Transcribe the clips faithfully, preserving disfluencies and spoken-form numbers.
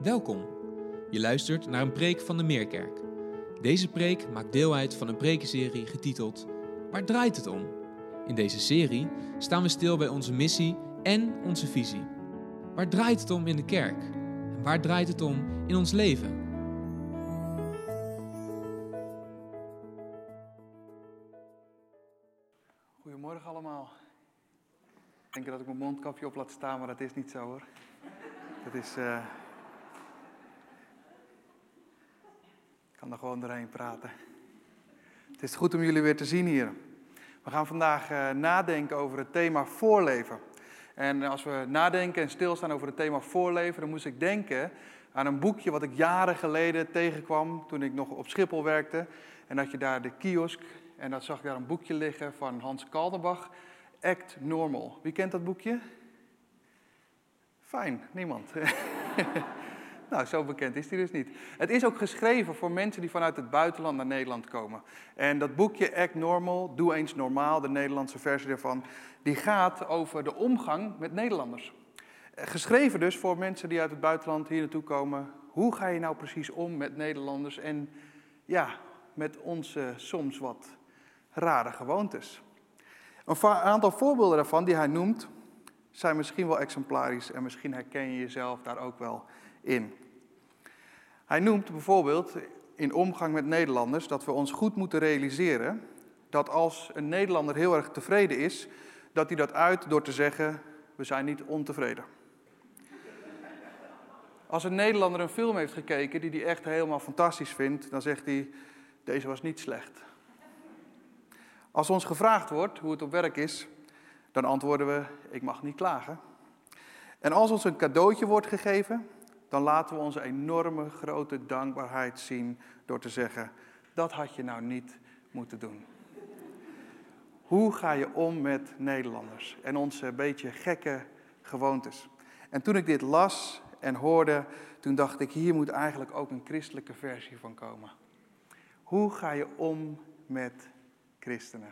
Welkom. Je luistert naar een preek van de Meerkerk. Deze preek maakt deel uit van een prekenserie getiteld Waar draait het om? In deze serie staan we stil bij onze missie en onze visie. Waar draait het om in de kerk? En waar draait het om in ons leven? Goedemorgen allemaal. Ik denk dat ik mijn mondkapje op laat staan, maar dat is niet zo hoor. Dat is... Uh... Ik kan er gewoon doorheen praten. Het is goed om jullie weer te zien hier. We gaan vandaag uh, nadenken over het thema voorleven. En als we nadenken en stilstaan over het thema voorleven, dan moest ik denken aan een boekje wat ik jaren geleden tegenkwam toen ik nog op Schiphol werkte. En dat je daar de kiosk, en dan zag ik daar een boekje liggen van Hans Kaldenbach, Act Normal. Wie kent dat boekje? Fijn, niemand. Nou, zo bekend is die dus niet. Het is ook geschreven voor mensen die vanuit het buitenland naar Nederland komen. En dat boekje Act Normal, Doe eens normaal, de Nederlandse versie daarvan, die gaat over de omgang met Nederlanders. Geschreven dus voor mensen die uit het buitenland hier naartoe komen. Hoe ga je nou precies om met Nederlanders en ja, met onze soms wat rare gewoontes? Een aantal voorbeelden daarvan die hij noemt, zijn misschien wel exemplarisch en misschien herken je jezelf daar ook wel in. Hij noemt bijvoorbeeld in omgang met Nederlanders dat we ons goed moeten realiseren dat als een Nederlander heel erg tevreden is, dat hij dat uit door te zeggen, we zijn niet ontevreden. Als een Nederlander een film heeft gekeken die hij echt helemaal fantastisch vindt, dan zegt hij, deze was niet slecht. Als ons gevraagd wordt hoe het op werk is, dan antwoorden we, ik mag niet klagen. En als ons een cadeautje wordt gegeven, dan laten we onze enorme grote dankbaarheid zien door te zeggen, dat had je nou niet moeten doen. Hoe ga je om met Nederlanders en onze beetje gekke gewoontes? En toen ik dit las en hoorde, toen dacht ik, hier moet eigenlijk ook een christelijke versie van komen. Hoe ga je om met christenen?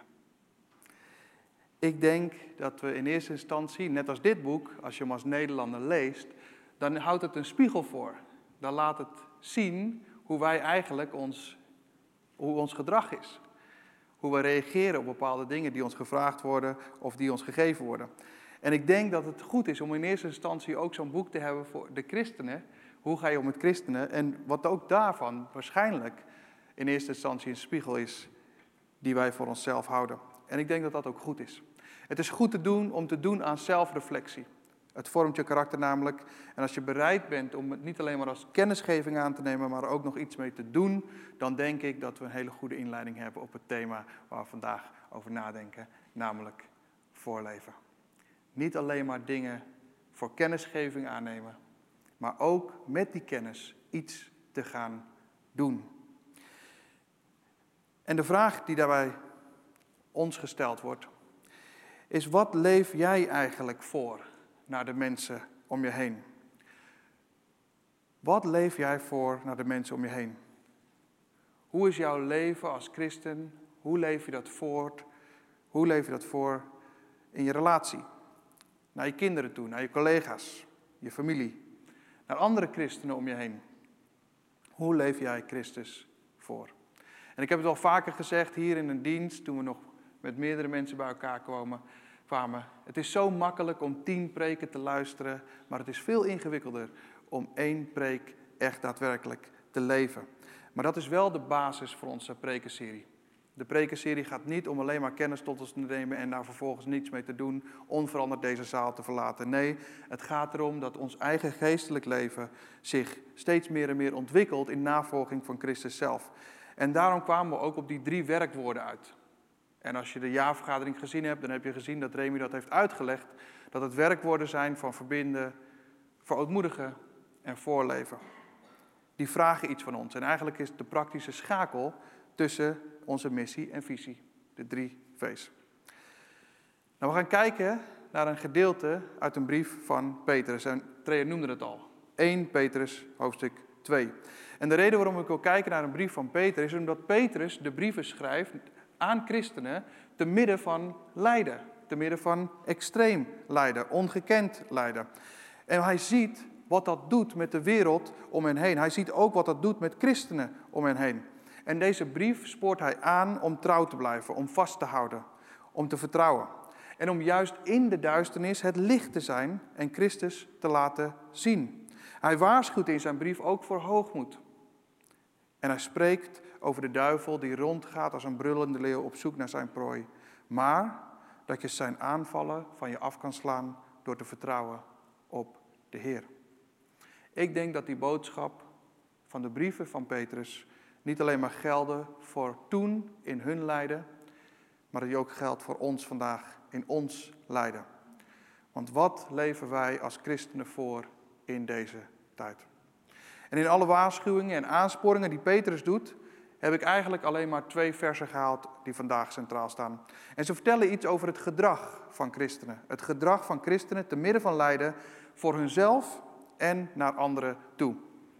Ik denk dat we in eerste instantie, net als dit boek, als je hem als Nederlander leest, dan houdt het een spiegel voor. Dan laat het zien hoe wij eigenlijk ons, hoe ons gedrag is. Hoe we reageren op bepaalde dingen die ons gevraagd worden of die ons gegeven worden. En ik denk dat het goed is om in eerste instantie ook zo'n boek te hebben voor de christenen. Hoe ga je om met christenen? En wat ook daarvan waarschijnlijk in eerste instantie een spiegel is die wij voor onszelf houden. En ik denk dat dat ook goed is. Het is goed te doen om te doen aan zelfreflectie. Het vormt je karakter namelijk. En als je bereid bent om het niet alleen maar als kennisgeving aan te nemen, maar er ook nog iets mee te doen, dan denk ik dat we een hele goede inleiding hebben op het thema waar we vandaag over nadenken, namelijk voorleven. Niet alleen maar dingen voor kennisgeving aannemen, maar ook met die kennis iets te gaan doen. En de vraag die daarbij ons gesteld wordt, is wat leef jij eigenlijk voor naar de mensen om je heen? Wat leef jij voor naar de mensen om je heen? Hoe is jouw leven als christen? Hoe leef je dat voort? Hoe leef je dat voor in je relatie? Naar je kinderen toe, naar je collega's, je familie, naar andere christenen om je heen. Hoe leef jij Christus voor? En ik heb het al vaker gezegd hier in een dienst, toen we nog met meerdere mensen bij elkaar kwamen, kwamen. Het is zo makkelijk om tien preken te luisteren, maar het is veel ingewikkelder om één preek echt daadwerkelijk te leven. Maar dat is wel de basis voor onze prekenserie. De prekenserie gaat niet om alleen maar kennis tot ons te nemen en daar vervolgens niets mee te doen, onveranderd deze zaal te verlaten. Nee, het gaat erom dat ons eigen geestelijk leven zich steeds meer en meer ontwikkelt in navolging van Christus zelf. En daarom kwamen we ook op die drie werkwoorden uit. En als je de jaarvergadering gezien hebt, dan heb je gezien dat Remy dat heeft uitgelegd, dat het werkwoorden zijn van verbinden, verootmoedigen en voorleven. Die vragen iets van ons. En eigenlijk is het de praktische schakel tussen onze missie en visie. De drie V's. Nou, we gaan kijken naar een gedeelte uit een brief van Petrus. En Trea noemde het al. Eerste Petrus, hoofdstuk twee. En de reden waarom ik wil kijken naar een brief van Petrus is omdat Petrus de brieven schrijft aan christenen te midden van lijden. Te midden van extreem lijden, ongekend lijden. En hij ziet wat dat doet met de wereld om hen heen. Hij ziet ook wat dat doet met christenen om hen heen. En deze brief spoort hij aan om trouw te blijven, om vast te houden, om te vertrouwen. En om juist in de duisternis het licht te zijn en Christus te laten zien. Hij waarschuwt in zijn brief ook voor hoogmoed. En hij spreekt over de duivel die rondgaat als een brullende leeuw op zoek naar zijn prooi. Maar dat je zijn aanvallen van je af kan slaan door te vertrouwen op de Heer. Ik denk dat die boodschap van de brieven van Petrus niet alleen maar gelden voor toen in hun lijden, maar dat die ook geldt voor ons vandaag in ons lijden. Want wat leven wij als christenen voor in deze tijd? En in alle waarschuwingen en aansporingen die Petrus doet, heb ik eigenlijk alleen maar twee versen gehaald die vandaag centraal staan. En ze vertellen iets over het gedrag van christenen. Het gedrag van christenen te midden van lijden voor hunzelf en naar anderen toe.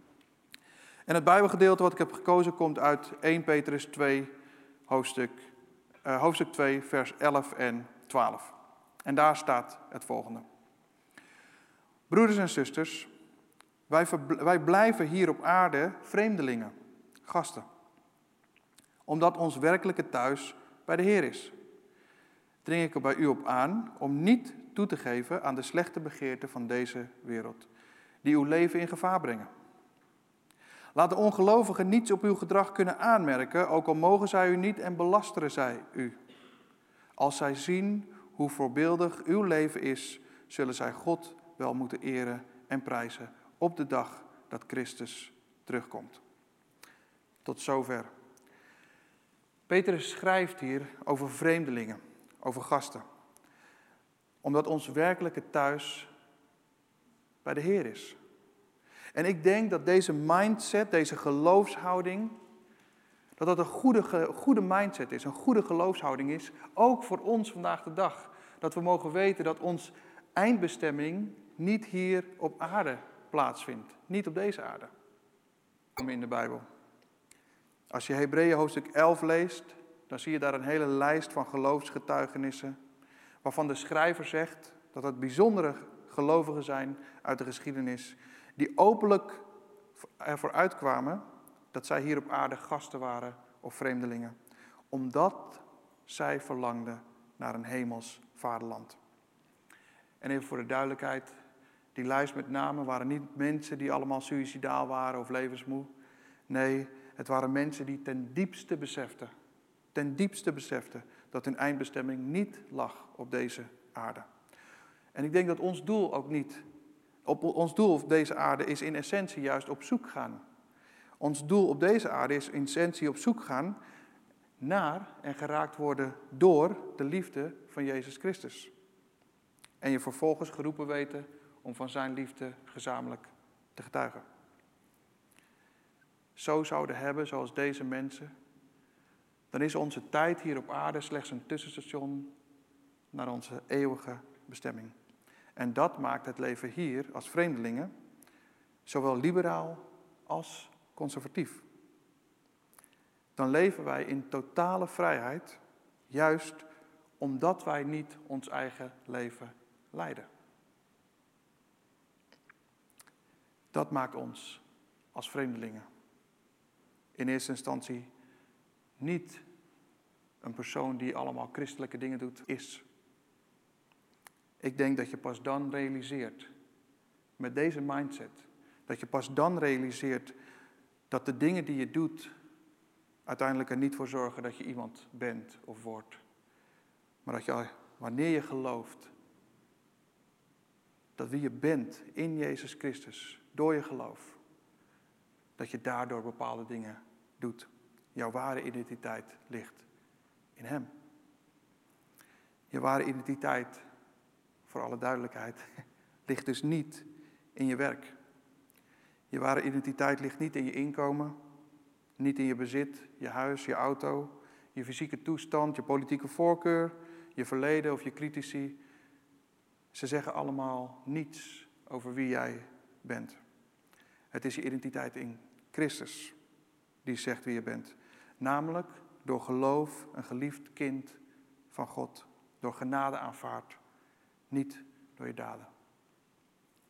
En het Bijbelgedeelte wat ik heb gekozen komt uit eerste Petrus twee, hoofdstuk, uh, hoofdstuk twee, vers elf en twaalf. En daar staat het volgende. Broeders en zusters, wij, verbl- wij blijven hier op aarde vreemdelingen, gasten. Omdat ons werkelijke thuis bij de Heer is. Dring ik er bij u op aan om niet toe te geven aan de slechte begeerten van deze wereld, die uw leven in gevaar brengen. Laat de ongelovigen niets op uw gedrag kunnen aanmerken, ook al mogen zij u niet en belasteren zij u. Als zij zien hoe voorbeeldig uw leven is, zullen zij God wel moeten eren en prijzen op de dag dat Christus terugkomt. Tot zover. Petrus schrijft hier over vreemdelingen, over gasten. Omdat ons werkelijke thuis bij de Heer is. En ik denk dat deze mindset, deze geloofshouding, dat dat een goede, goede mindset is, een goede geloofshouding is, ook voor ons vandaag de dag. Dat we mogen weten dat ons eindbestemming niet hier op aarde plaatsvindt. Niet op deze aarde. In de Bijbel. Als je Hebreeën hoofdstuk elf leest, dan zie je daar een hele lijst van geloofsgetuigenissen, waarvan de schrijver zegt dat het bijzondere gelovigen zijn uit de geschiedenis, die openlijk ervoor uitkwamen dat zij hier op aarde gasten waren of vreemdelingen, omdat zij verlangden naar een hemels vaderland. En even voor de duidelijkheid, die lijst met namen waren niet mensen die allemaal suïcidaal waren of levensmoe. Nee, het waren mensen die ten diepste beseften, ten diepste beseften dat hun eindbestemming niet lag op deze aarde. En ik denk dat ons doel ook niet, op ons doel op deze aarde is in essentie juist op zoek gaan. Ons doel op deze aarde is in essentie op zoek gaan naar en geraakt worden door de liefde van Jezus Christus. En je vervolgens geroepen weten om van zijn liefde gezamenlijk te getuigen. Zo zouden hebben zoals deze mensen, dan is onze tijd hier op aarde slechts een tussenstation naar onze eeuwige bestemming. En dat maakt het leven hier als vreemdelingen zowel liberaal als conservatief. Dan leven wij in totale vrijheid, juist omdat wij niet ons eigen leven leiden. Dat maakt ons als vreemdelingen in eerste instantie niet een persoon die allemaal christelijke dingen doet, is. Ik denk dat je pas dan realiseert, met deze mindset, dat je pas dan realiseert dat de dingen die je doet uiteindelijk er niet voor zorgen dat je iemand bent of wordt. Maar dat je, wanneer je gelooft, dat wie je bent in Jezus Christus, door je geloof, dat je daardoor bepaalde dingen doet. Jouw ware identiteit ligt in Hem. Je ware identiteit, voor alle duidelijkheid, ligt dus niet in je werk. Je ware identiteit ligt niet in je inkomen, niet in je bezit, je huis, je auto, je fysieke toestand, je politieke voorkeur, je verleden of je critici. Ze zeggen allemaal niets over wie jij bent. Het is je identiteit in Christus die zegt wie je bent. Namelijk door geloof een geliefd kind van God. Door genade aanvaard. Niet door je daden.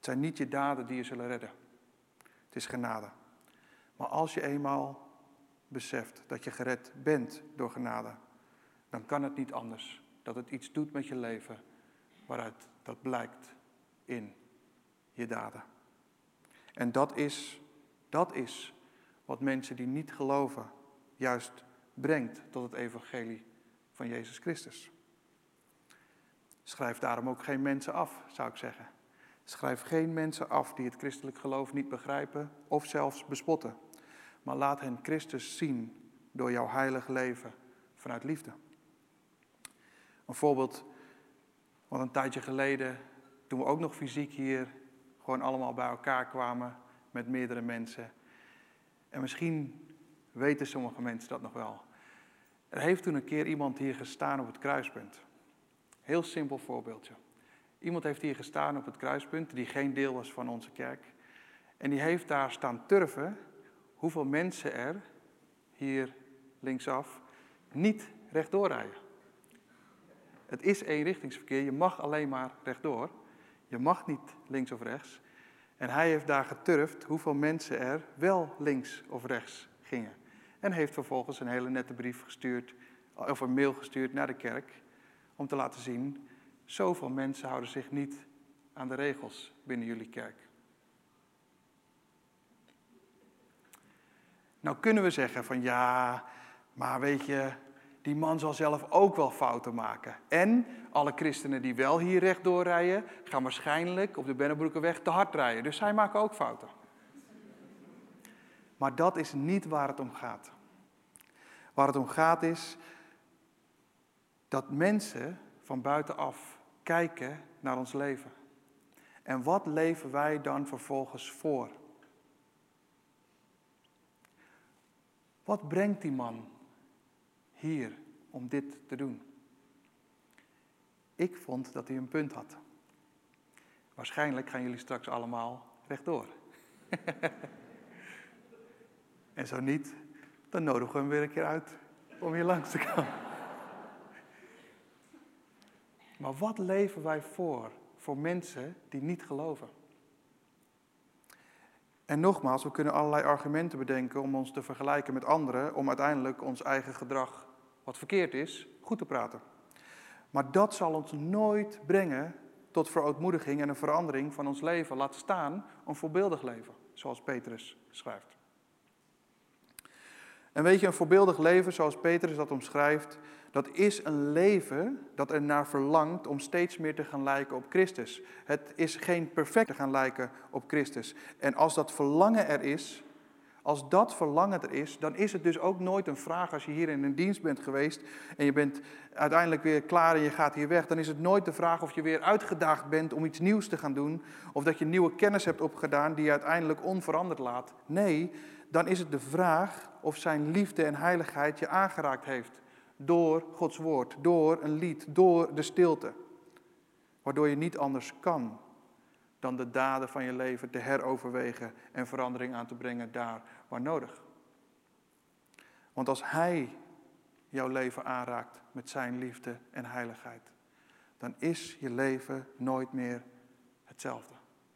Het zijn niet je daden die je zullen redden. Het is genade. Maar als je eenmaal beseft dat je gered bent door genade, dan kan het niet anders dat het iets doet met je leven waaruit dat blijkt in je daden. En dat is, dat is wat mensen die niet geloven juist brengt tot het evangelie van Jezus Christus. Schrijf daarom ook geen mensen af, zou ik zeggen. Schrijf geen mensen af die het christelijk geloof niet begrijpen of zelfs bespotten. Maar laat hen Christus zien door jouw heilig leven vanuit liefde. Een voorbeeld, want een tijdje geleden, toen we ook nog fysiek hier gewoon allemaal bij elkaar kwamen met meerdere mensen. En misschien weten sommige mensen dat nog wel. Er heeft toen een keer iemand hier gestaan op het kruispunt. Heel simpel voorbeeldje. Iemand heeft hier gestaan op het kruispunt, die geen deel was van onze kerk. En die heeft daar staan turven hoeveel mensen er hier linksaf niet rechtdoor rijden. Het is eenrichtingsverkeer, je mag alleen maar rechtdoor. Je mag niet links of rechts. En hij heeft daar geturfd hoeveel mensen er wel links of rechts gingen. En heeft vervolgens een hele nette brief gestuurd, of een mail gestuurd naar de kerk, om te laten zien, zoveel mensen houden zich niet aan de regels binnen jullie kerk. Nou kunnen we zeggen van ja, maar weet je, die man zal zelf ook wel fouten maken. En alle christenen die wel hier rechtdoor rijden, gaan waarschijnlijk op de Bennebroekerweg te hard rijden. Dus zij maken ook fouten. Maar dat is niet waar het om gaat. Waar het om gaat is dat mensen van buitenaf kijken naar ons leven. En wat leven wij dan vervolgens voor? Wat brengt die man hier om dit te doen? Ik vond dat hij een punt had. Waarschijnlijk gaan jullie straks allemaal rechtdoor. En zo niet, dan nodigen we hem weer een keer uit om hier langs te komen. Maar wat leven wij voor, voor mensen die niet geloven? En nogmaals, we kunnen allerlei argumenten bedenken om ons te vergelijken met anderen, om uiteindelijk ons eigen gedrag, wat verkeerd is, goed te praten. Maar dat zal ons nooit brengen tot verootmoediging en een verandering van ons leven. Laat staan een voorbeeldig leven, zoals Petrus schrijft. En weet je, een voorbeeldig leven, zoals Petrus dat omschrijft, dat is een leven dat er naar verlangt om steeds meer te gaan lijken op Christus. Het is geen perfect te gaan lijken op Christus. En als dat verlangen er is, als dat verlangen er is, dan is het dus ook nooit een vraag als je hier in een dienst bent geweest en je bent uiteindelijk weer klaar en je gaat hier weg. Dan is het nooit de vraag of je weer uitgedaagd bent om iets nieuws te gaan doen of dat je nieuwe kennis hebt opgedaan die je uiteindelijk onveranderd laat. Nee, dan is het de vraag of zijn liefde en heiligheid je aangeraakt heeft. Door Gods woord, door een lied, door de stilte. Waardoor je niet anders kan dan de daden van je leven te heroverwegen en verandering aan te brengen daar waar nodig. Want als Hij jouw leven aanraakt met zijn liefde en heiligheid, dan is je leven nooit meer hetzelfde.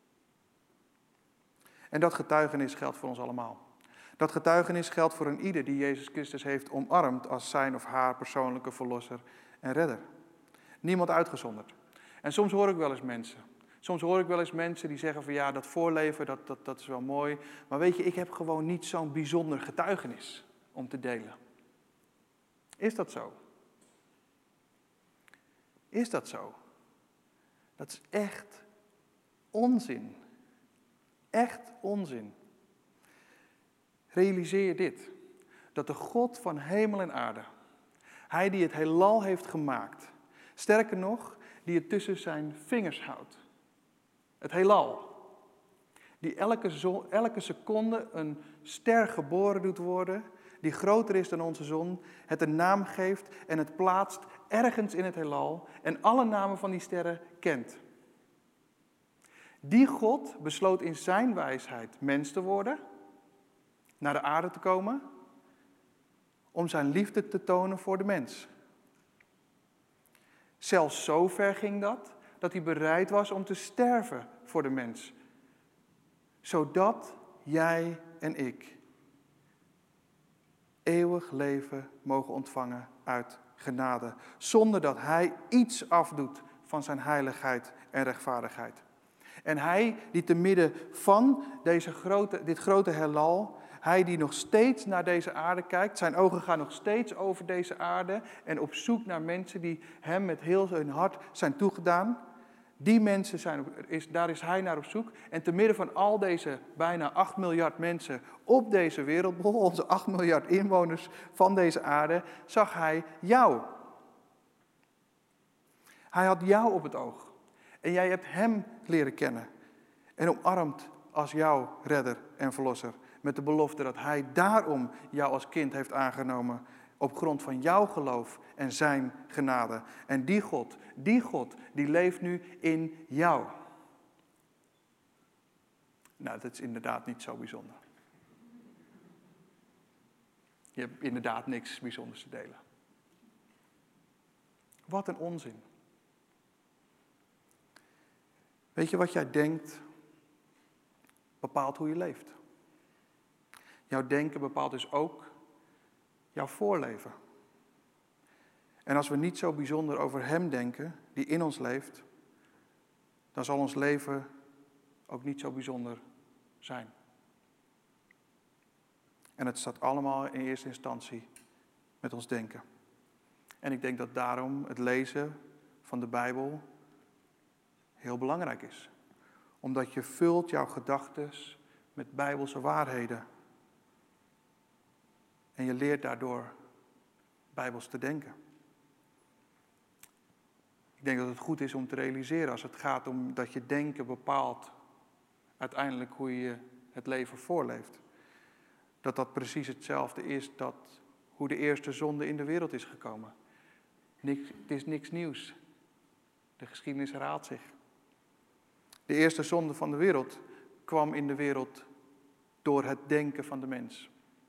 En dat getuigenis geldt voor ons allemaal. Dat getuigenis geldt voor een ieder die Jezus Christus heeft omarmd als zijn of haar persoonlijke verlosser en redder. Niemand uitgezonderd. En soms hoor ik wel eens mensen. Soms hoor ik wel eens mensen die zeggen van ja, dat voorleven, dat, dat, dat is wel mooi. Maar weet je, ik heb gewoon niet zo'n bijzonder getuigenis om te delen. Is dat zo? Is dat zo? Dat is echt onzin. Echt onzin. Realiseer je dit. Dat de God van hemel en aarde, Hij die het heelal heeft gemaakt, sterker nog, die het tussen zijn vingers houdt. Het heelal. Die elke, zon, elke seconde een ster geboren doet worden, die groter is dan onze zon, het een naam geeft en het plaatst ergens in het heelal en alle namen van die sterren kent. Die God besloot in zijn wijsheid mens te worden, naar de aarde te komen, om zijn liefde te tonen voor de mens. Zelfs zo ver ging dat, dat hij bereid was om te sterven voor de mens. Zodat jij en ik eeuwig leven mogen ontvangen uit genade. Zonder dat hij iets afdoet van zijn heiligheid en rechtvaardigheid. En hij die te midden van deze grote, dit grote heelal, hij die nog steeds naar deze aarde kijkt, zijn ogen gaan nog steeds over deze aarde en op zoek naar mensen die hem met heel hun hart zijn toegedaan. Die mensen zijn, is, daar is hij naar op zoek. En te midden van al deze bijna acht miljard mensen op deze wereldbol, onze acht miljard inwoners van deze aarde, zag hij jou. Hij had jou op het oog. En jij hebt hem leren kennen. En omarmd als jouw redder en verlosser. Met de belofte dat hij daarom jou als kind heeft aangenomen. Op grond van jouw geloof en zijn genade. En die God, die God, die leeft nu in jou. Nou, dat is inderdaad niet zo bijzonder. Je hebt inderdaad niks bijzonders te delen. Wat een onzin. Weet je wat jij denkt, bepaalt hoe je leeft. Jouw denken bepaalt dus ook jouw voorleven. En als we niet zo bijzonder over hem denken, die in ons leeft, dan zal ons leven ook niet zo bijzonder zijn. En het staat allemaal in eerste instantie met ons denken. En ik denk dat daarom het lezen van de Bijbel heel belangrijk is. Omdat je vult jouw gedachten met Bijbelse waarheden. En je leert daardoor Bijbels te denken. Ik denk dat het goed is om te realiseren als het gaat om dat je denken bepaalt uiteindelijk hoe je het leven voorleeft. Dat dat precies hetzelfde is dat hoe de eerste zonde in de wereld is gekomen. Niks, het is niks nieuws. De geschiedenis herhaalt zich. De eerste zonde van de wereld kwam in de wereld door het denken van de mens.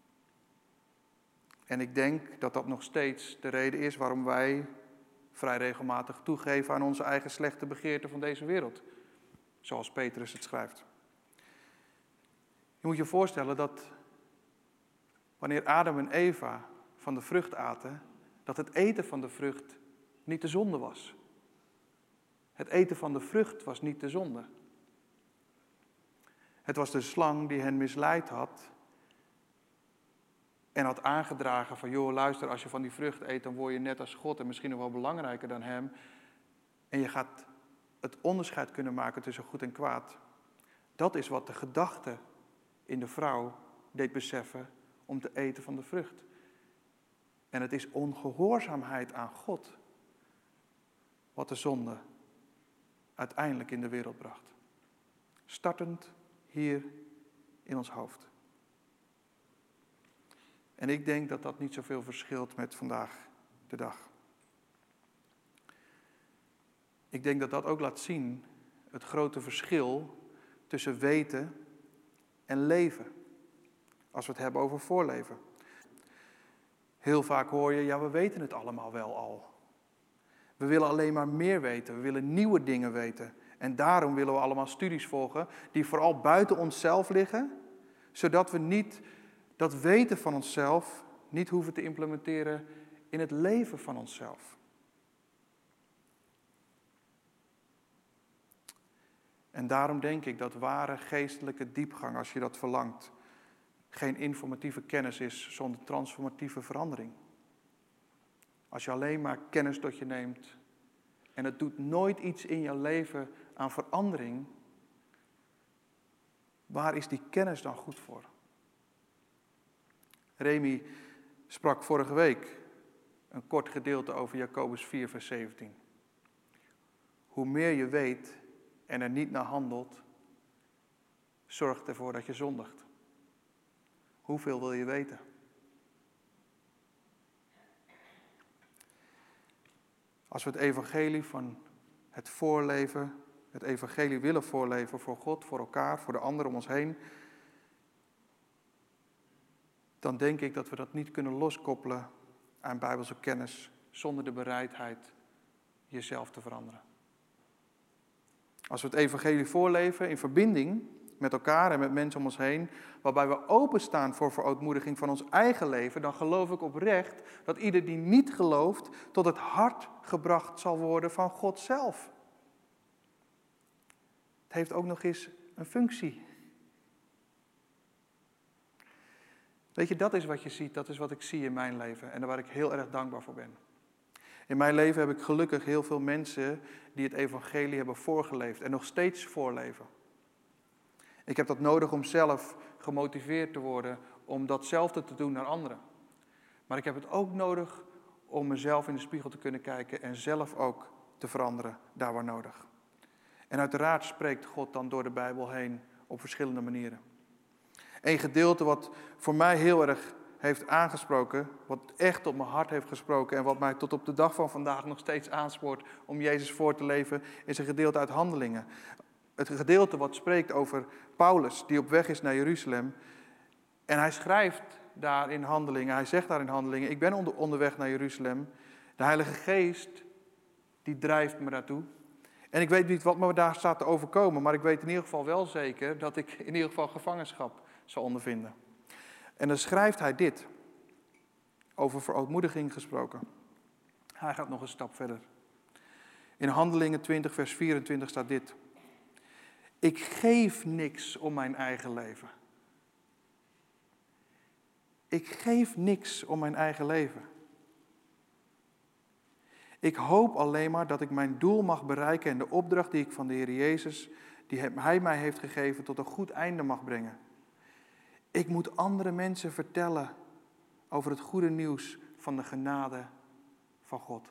En ik denk dat dat nog steeds de reden is waarom wij vrij regelmatig toegeven aan onze eigen slechte begeerten van deze wereld. Zoals Petrus het schrijft. Je moet je voorstellen dat wanneer Adam en Eva van de vrucht aten, dat het eten van de vrucht niet de zonde was. Het eten van de vrucht was niet de zonde. Het was de slang die hen misleid had en had aangedragen van, joh, luister, als je van die vrucht eet, dan word je net als God en misschien nog wel belangrijker dan hem. En je gaat het onderscheid kunnen maken tussen goed en kwaad. Dat is wat de gedachte in de vrouw deed beseffen om te eten van de vrucht. En het is ongehoorzaamheid aan God wat de zonde uiteindelijk in de wereld bracht. Startend hier in ons hoofd. En ik denk dat dat niet zoveel verschilt met vandaag de dag. Ik denk dat dat ook laat zien het grote verschil tussen weten en leven. Als we het hebben over voorleven. Heel vaak hoor je, ja, we weten het allemaal wel al. We willen alleen maar meer weten. We willen nieuwe dingen weten. En daarom willen we allemaal studies volgen die vooral buiten onszelf liggen. Zodat we niet dat weten van onszelf niet hoeven te implementeren in het leven van onszelf. En daarom denk ik dat ware geestelijke diepgang, als je dat verlangt, geen informatieve kennis is zonder transformatieve verandering. Als je alleen maar kennis tot je neemt en het doet nooit iets in je leven aan verandering, waar is die kennis dan goed voor? Remy sprak vorige week een kort gedeelte over Jacobus vier, vers zeventien. Hoe meer je weet en er niet naar handelt, zorgt ervoor dat je zondigt. Hoeveel wil je weten? Als we het evangelie van het voorleven, het evangelie willen voorleven voor God, voor elkaar, voor de anderen om ons heen, dan denk ik dat we dat niet kunnen loskoppelen aan Bijbelse kennis zonder de bereidheid jezelf te veranderen. Als we het evangelie voorleven in verbinding met elkaar en met mensen om ons heen, waarbij we openstaan voor verootmoediging van ons eigen leven, dan geloof ik oprecht dat ieder die niet gelooft tot het hart gebracht zal worden van God zelf. Het heeft ook nog eens een functie. Weet je, dat is wat je ziet, dat is wat ik zie in mijn leven en waar ik heel erg dankbaar voor ben. In mijn leven heb ik gelukkig heel veel mensen die het evangelie hebben voorgeleefd en nog steeds voorleven. Ik heb dat nodig om zelf gemotiveerd te worden om datzelfde te doen naar anderen. Maar ik heb het ook nodig om mezelf in de spiegel te kunnen kijken en zelf ook te veranderen, daar waar nodig. En uiteraard spreekt God dan door de Bijbel heen op verschillende manieren. Een gedeelte wat voor mij heel erg heeft aangesproken, wat echt op mijn hart heeft gesproken en wat mij tot op de dag van vandaag nog steeds aanspoort om Jezus voor te leven, is een gedeelte uit Handelingen. Het gedeelte wat spreekt over Paulus, die op weg is naar Jeruzalem. En hij schrijft daar in Handelingen, hij zegt daar in Handelingen, ik ben onder, onderweg naar Jeruzalem. De Heilige Geest, die drijft me daartoe. En ik weet niet wat me daar staat te overkomen, maar ik weet in ieder geval wel zeker dat ik in ieder geval gevangenschap zal ondervinden. En dan schrijft hij dit, over verootmoediging gesproken. Hij gaat nog een stap verder. In Handelingen twintig, vers vierentwintig staat dit. Ik geef niks om mijn eigen leven. Ik geef niks om mijn eigen leven. Ik hoop alleen maar dat ik mijn doel mag bereiken en de opdracht die ik van de Heer Jezus, die Hij mij heeft gegeven, tot een goed einde mag brengen. Ik moet andere mensen vertellen over het goede nieuws van de genade van God.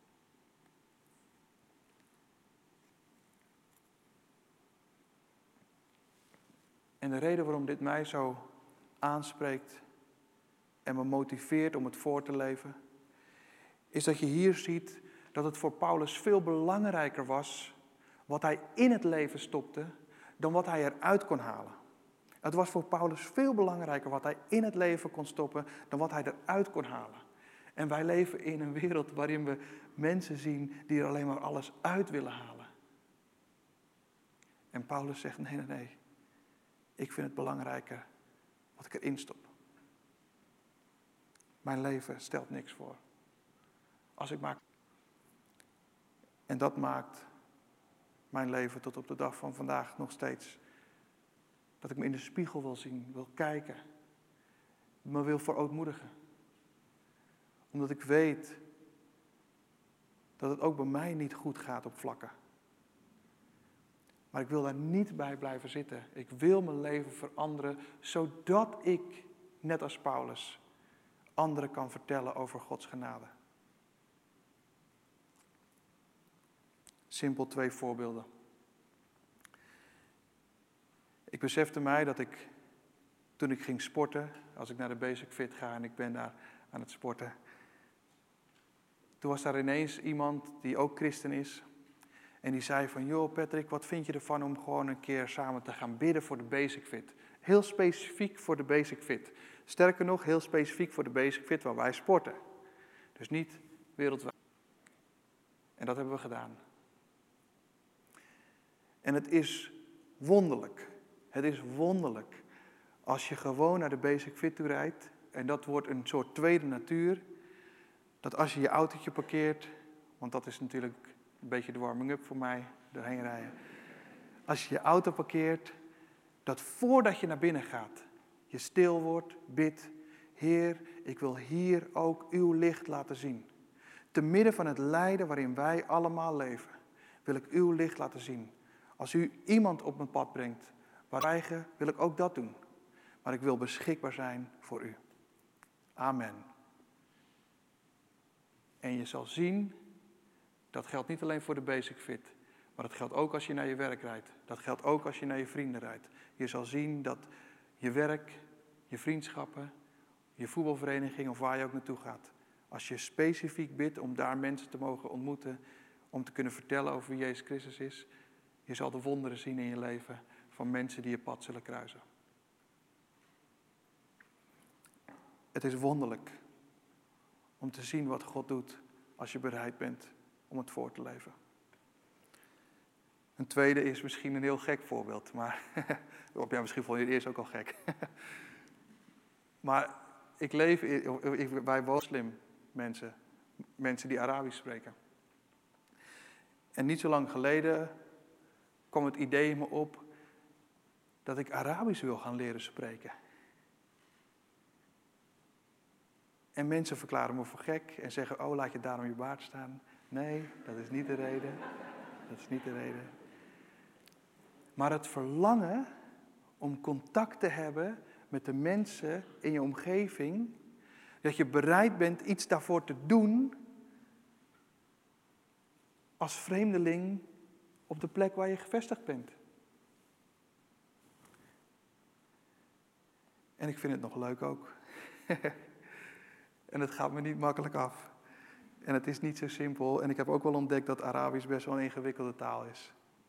En de reden waarom dit mij zo aanspreekt en me motiveert om het voor te leven, is dat je hier ziet dat het voor Paulus veel belangrijker was wat hij in het leven stopte dan wat hij eruit kon halen. Het was voor Paulus veel belangrijker wat hij in het leven kon stoppen dan wat hij eruit kon halen. En wij leven in een wereld waarin we mensen zien die er alleen maar alles uit willen halen. En Paulus zegt nee, nee, nee. Ik vind het belangrijker wat ik erin stop. Mijn leven stelt niks voor. Als ik maak. En dat maakt mijn leven tot op de dag van vandaag nog steeds. Dat ik me in de spiegel wil zien, wil kijken. Me wil verootmoedigen. Omdat ik weet dat het ook bij mij niet goed gaat op vlakken. Maar ik wil daar niet bij blijven zitten. Ik wil mijn leven veranderen, zodat ik, net als Paulus, anderen kan vertellen over Gods genade. Simpel twee voorbeelden. Ik besefte mij dat ik, toen ik ging sporten, als ik naar de Basic Fit ga en ik ben daar aan het sporten. Toen was daar ineens iemand die ook christen is. En die zei van, joh Patrick, wat vind je ervan om gewoon een keer samen te gaan bidden voor de Basic Fit? Heel specifiek voor de Basic Fit. Sterker nog, heel specifiek voor de Basic Fit waar wij sporten. Dus niet wereldwijd. En dat hebben we gedaan. En het is wonderlijk. Het is wonderlijk als je gewoon naar de Basic Fit toe rijdt. En dat wordt een soort tweede natuur. Dat als je je autootje parkeert, want dat is natuurlijk een beetje de warming-up voor mij, doorheen rijden. Als je je auto parkeert, dat voordat je naar binnen gaat, je stil wordt, bidt. Heer, ik wil hier ook uw licht laten zien. Te midden van het lijden waarin wij allemaal leven, wil ik uw licht laten zien. Als u iemand op mijn pad brengt, waar wij eigen, wil ik ook dat doen. Maar ik wil beschikbaar zijn voor u. Amen. En je zal zien, dat geldt niet alleen voor de Basic Fit, maar dat geldt ook als je naar je werk rijdt. Dat geldt ook als je naar je vrienden rijdt. Je zal zien dat je werk, je vriendschappen, je voetbalvereniging of waar je ook naartoe gaat. Als je specifiek bidt om daar mensen te mogen ontmoeten, om te kunnen vertellen over wie Jezus Christus is, je zal de wonderen zien in je leven van mensen die je pad zullen kruisen. Het is wonderlijk om te zien wat God doet als je bereid bent om het voor te leven. Een tweede is misschien een heel gek voorbeeld, maar ja, misschien vond je het eerst ook al gek. Maar ik leef, ik, wij wonen slim mensen, mensen die Arabisch spreken. En niet zo lang geleden kwam het idee in me op dat ik Arabisch wil gaan leren spreken. En mensen verklaren me voor gek en zeggen, oh, laat je daarom je baard staan. Nee, dat is niet de reden. Dat is niet de reden. Maar het verlangen om contact te hebben met de mensen in je omgeving, dat je bereid bent iets daarvoor te doen als vreemdeling op de plek waar je gevestigd bent. En ik vind het nog leuk ook. En het gaat me niet makkelijk af. En het is niet zo simpel. En ik heb ook wel ontdekt dat Arabisch best wel een ingewikkelde taal is.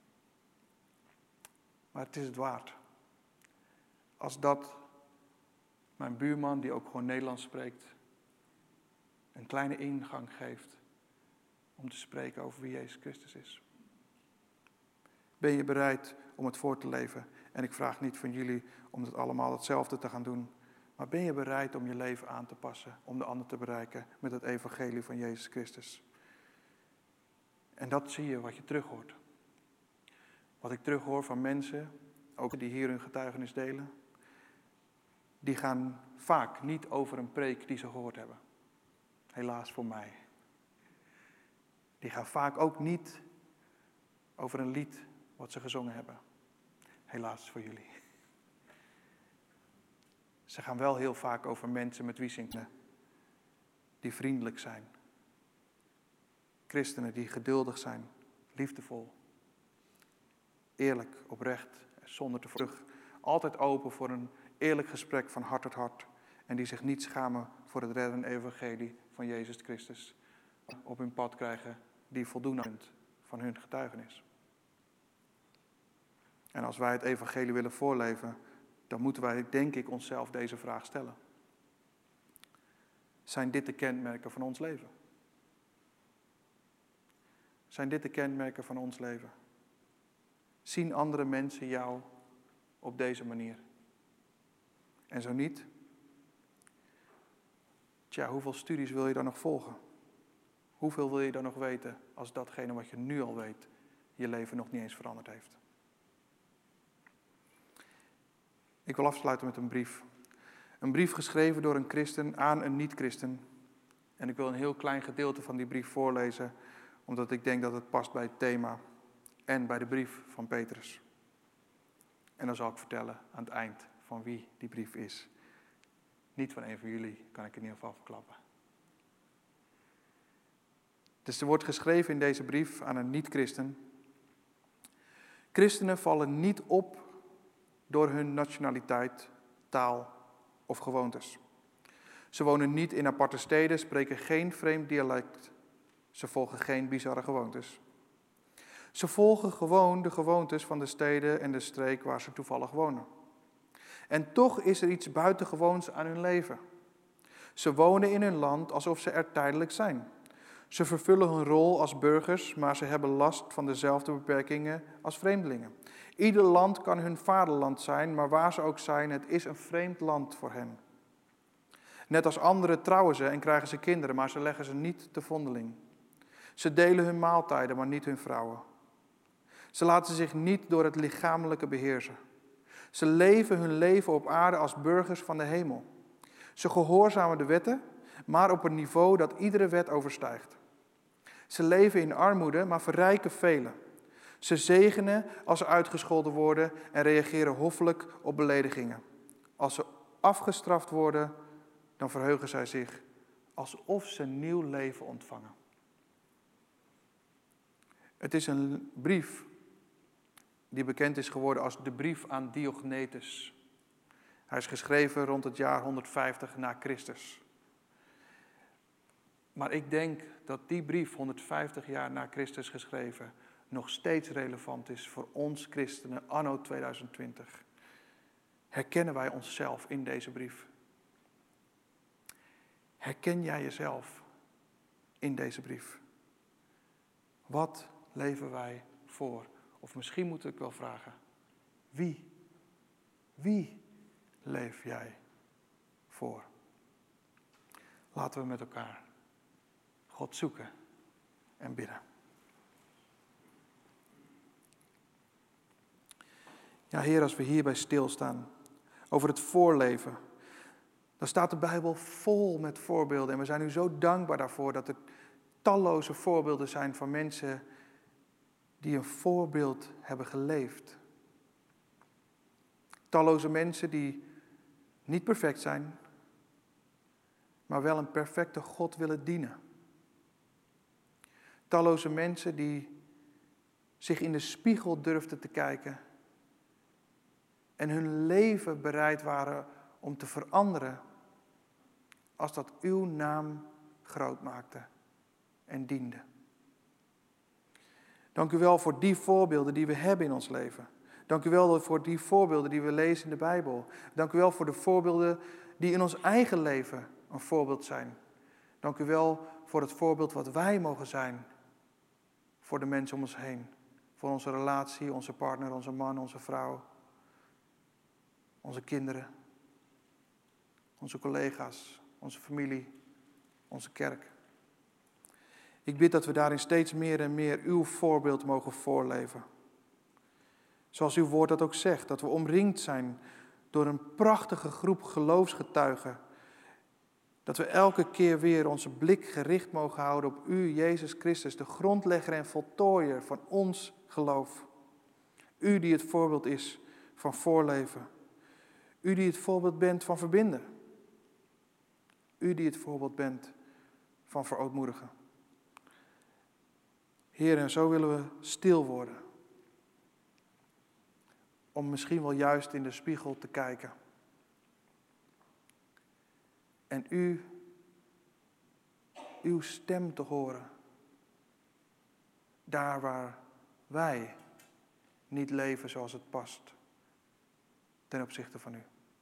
Maar het is het waard. Als dat mijn buurman, die ook gewoon Nederlands spreekt, een kleine ingang geeft om te spreken over wie Jezus Christus is. Ben je bereid om het voor te leven? En ik vraag niet van jullie om het allemaal hetzelfde te gaan doen. Maar ben je bereid om je leven aan te passen, om de ander te bereiken met het evangelie van Jezus Christus? En dat zie je wat je terug hoort. Wat ik terughoor van mensen, ook die hier hun getuigenis delen, die gaan vaak niet over een preek die ze gehoord hebben. Helaas voor mij. Die gaan vaak ook niet over een lied wat ze gezongen hebben. Helaas voor jullie. Ze gaan wel heel vaak over mensen met wie ze zingen, die vriendelijk zijn. Christenen die geduldig zijn, liefdevol, eerlijk, oprecht, zonder te terug. Altijd open voor een eerlijk gesprek van hart tot hart. En die zich niet schamen voor het reddende evangelie van Jezus Christus. Op hun pad krijgen die voldoen aan van hun getuigenis. En als wij het evangelie willen voorleven, dan moeten wij, denk ik, onszelf deze vraag stellen. Zijn dit de kenmerken van ons leven? Zijn dit de kenmerken van ons leven? Zien andere mensen jou op deze manier? En zo niet? Tja, hoeveel studies wil je dan nog volgen? Hoeveel wil je dan nog weten als datgene wat je nu al weet, je leven nog niet eens veranderd heeft? Ik wil afsluiten met een brief. Een brief geschreven door een christen aan een niet-christen. En ik wil een heel klein gedeelte van die brief voorlezen, omdat ik denk dat het past bij het thema en bij de brief van Petrus. En dan zal ik vertellen aan het eind van wie die brief is. Niet van een van jullie, kan ik in ieder geval verklappen. Dus er wordt geschreven in deze brief aan een niet-christen. Christenen vallen niet op door hun nationaliteit, taal of gewoontes. Ze wonen niet in aparte steden, spreken geen vreemd dialect. Ze volgen geen bizarre gewoontes. Ze volgen gewoon de gewoontes van de steden en de streek waar ze toevallig wonen. En toch is er iets buitengewoons aan hun leven. Ze wonen in hun land alsof ze er tijdelijk zijn. Ze vervullen hun rol als burgers, maar ze hebben last van dezelfde beperkingen als vreemdelingen. Ieder land kan hun vaderland zijn, maar waar ze ook zijn, het is een vreemd land voor hen. Net als anderen trouwen ze en krijgen ze kinderen, maar ze leggen ze niet te vondeling. Ze delen hun maaltijden, maar niet hun vrouwen. Ze laten zich niet door het lichamelijke beheersen. Ze leven hun leven op aarde als burgers van de hemel. Ze gehoorzamen de wetten, maar op een niveau dat iedere wet overstijgt. Ze leven in armoede, maar verrijken velen. Ze zegenen als ze uitgescholden worden en reageren hoffelijk op beledigingen. Als ze afgestraft worden, dan verheugen zij zich alsof ze nieuw leven ontvangen. Het is een brief die bekend is geworden als de brief aan Diognetus. Hij is geschreven rond het jaar honderdvijftig na Christus. Maar ik denk dat die brief, honderdvijftig jaar na Christus geschreven, nog steeds relevant is voor ons christenen anno tweeduizend twintig. Herkennen wij onszelf in deze brief? Herken jij jezelf in deze brief? Wat leven wij voor Of misschien moet ik wel vragen, wie, wie leef jij voor? Laten we met elkaar God zoeken en bidden. Ja, Heer, als we hierbij stilstaan over het voorleven, dan staat de Bijbel vol met voorbeelden. En we zijn u zo dankbaar daarvoor dat er talloze voorbeelden zijn van mensen die een voorbeeld hebben geleefd. Talloze mensen die niet perfect zijn, maar wel een perfecte God willen dienen. Talloze mensen die zich in de spiegel durfden te kijken en hun leven bereid waren om te veranderen als dat uw naam groot maakte en diende. Dank u wel voor die voorbeelden die we hebben in ons leven. Dank u wel voor die voorbeelden die we lezen in de Bijbel. Dank u wel voor de voorbeelden die in ons eigen leven een voorbeeld zijn. Dank u wel voor het voorbeeld wat wij mogen zijn voor de mensen om ons heen. Voor onze relatie, onze partner, onze man, onze vrouw, onze kinderen, onze collega's, onze familie, onze kerk. Ik bid dat we daarin steeds meer en meer uw voorbeeld mogen voorleven. Zoals uw woord dat ook zegt, dat we omringd zijn door een prachtige groep geloofsgetuigen. Dat we elke keer weer onze blik gericht mogen houden op u, Jezus Christus, de grondlegger en voltooier van ons geloof. U die het voorbeeld is van voorleven. U die het voorbeeld bent van verbinden. U die het voorbeeld bent van verootmoedigen. Heer, en zo willen we stil worden. Om misschien wel juist in de spiegel te kijken. En u, uw stem te horen. Daar waar wij niet leven zoals het past. Ten opzichte van u.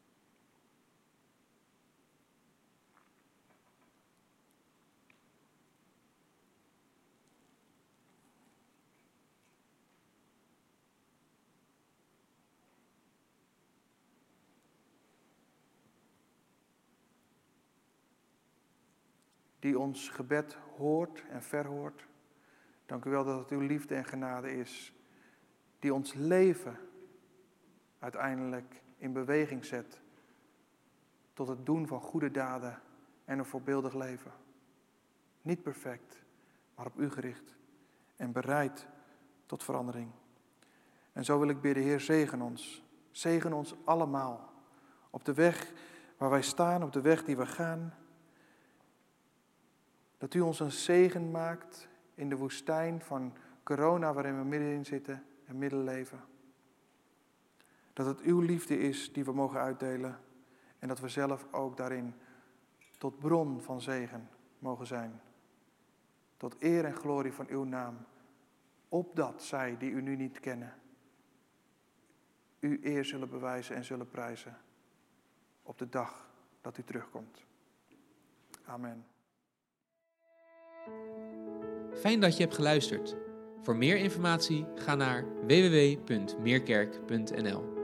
Die ons gebed hoort en verhoort. Dank u wel dat het uw liefde en genade is. Die ons leven uiteindelijk in beweging zet. Tot het doen van goede daden en een voorbeeldig leven. Niet perfect, maar op u gericht. En bereid tot verandering. En zo wil ik bidden, Heer, zegen ons. Zegen ons allemaal. Op de weg waar wij staan, op de weg die we gaan. Dat u ons een zegen maakt in de woestijn van corona waarin we middenin zitten en midden leven. Dat het uw liefde is die we mogen uitdelen. En dat we zelf ook daarin tot bron van zegen mogen zijn. Tot eer en glorie van uw naam. Opdat zij die u nu niet kennen, u eer zullen bewijzen en zullen prijzen. Op de dag dat u terugkomt. Amen. Fijn dat je hebt geluisterd. Voor meer informatie ga naar w w w punt meerkerk punt n l.